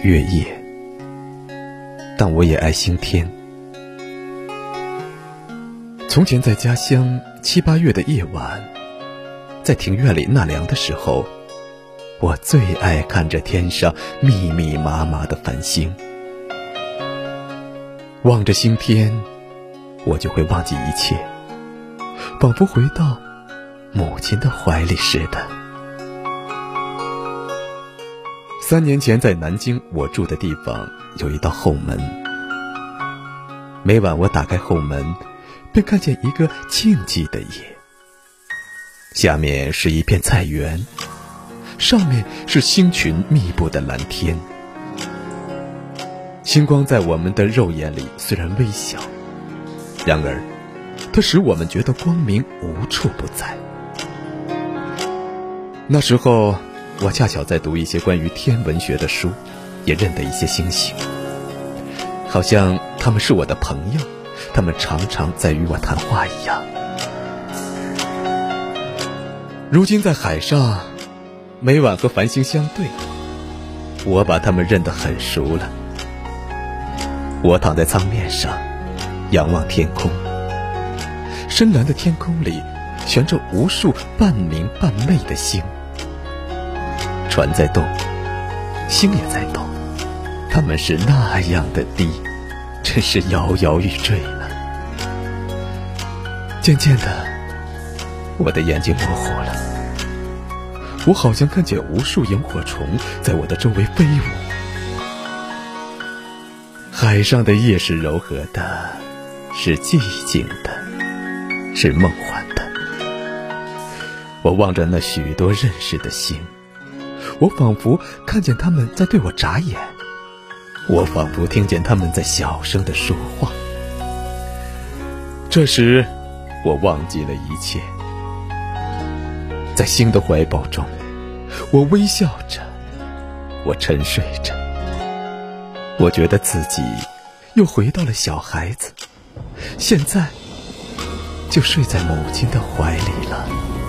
月夜，但我也爱星天。从前在家乡7、8月的夜晚，在庭院里纳凉的时候，我最爱看着天上密密麻麻的繁星。望着星天，我就会忘记一切，仿佛回到母亲的怀里似的。3年前在南京我住的地方有一道后门，每晚我打开后门，便看见一个静寂的夜，下面是一片菜园，上面是星群密布的蓝天。星光在我们的肉眼里虽然微小，然而它使我们觉得光明无处不在。那时候我恰巧在读一些关于天文学的书，也认得一些星星，好像他们是我的朋友，他们常常在与我谈话一样。如今在海上，每晚和繁星相对，我把他们认得很熟了。我躺在舱面上，仰望天空，深蓝的天空里悬着无数半明半昧的星，船在动，星也在动，它们是那样的低，真是摇摇欲坠了。渐渐的，我的眼睛模糊了，我好像看见无数萤火虫在我的周围飞舞。海上的夜是柔和的，是寂静的，是梦幻的。我望着那许多认识的星，我仿佛看见他们在对我眨眼，我仿佛听见他们在小声地说话。这时我忘记了一切，在星的怀抱中，我微笑着，我沉睡着，我觉得自己又回到了小孩子，现在就睡在母亲的怀里了。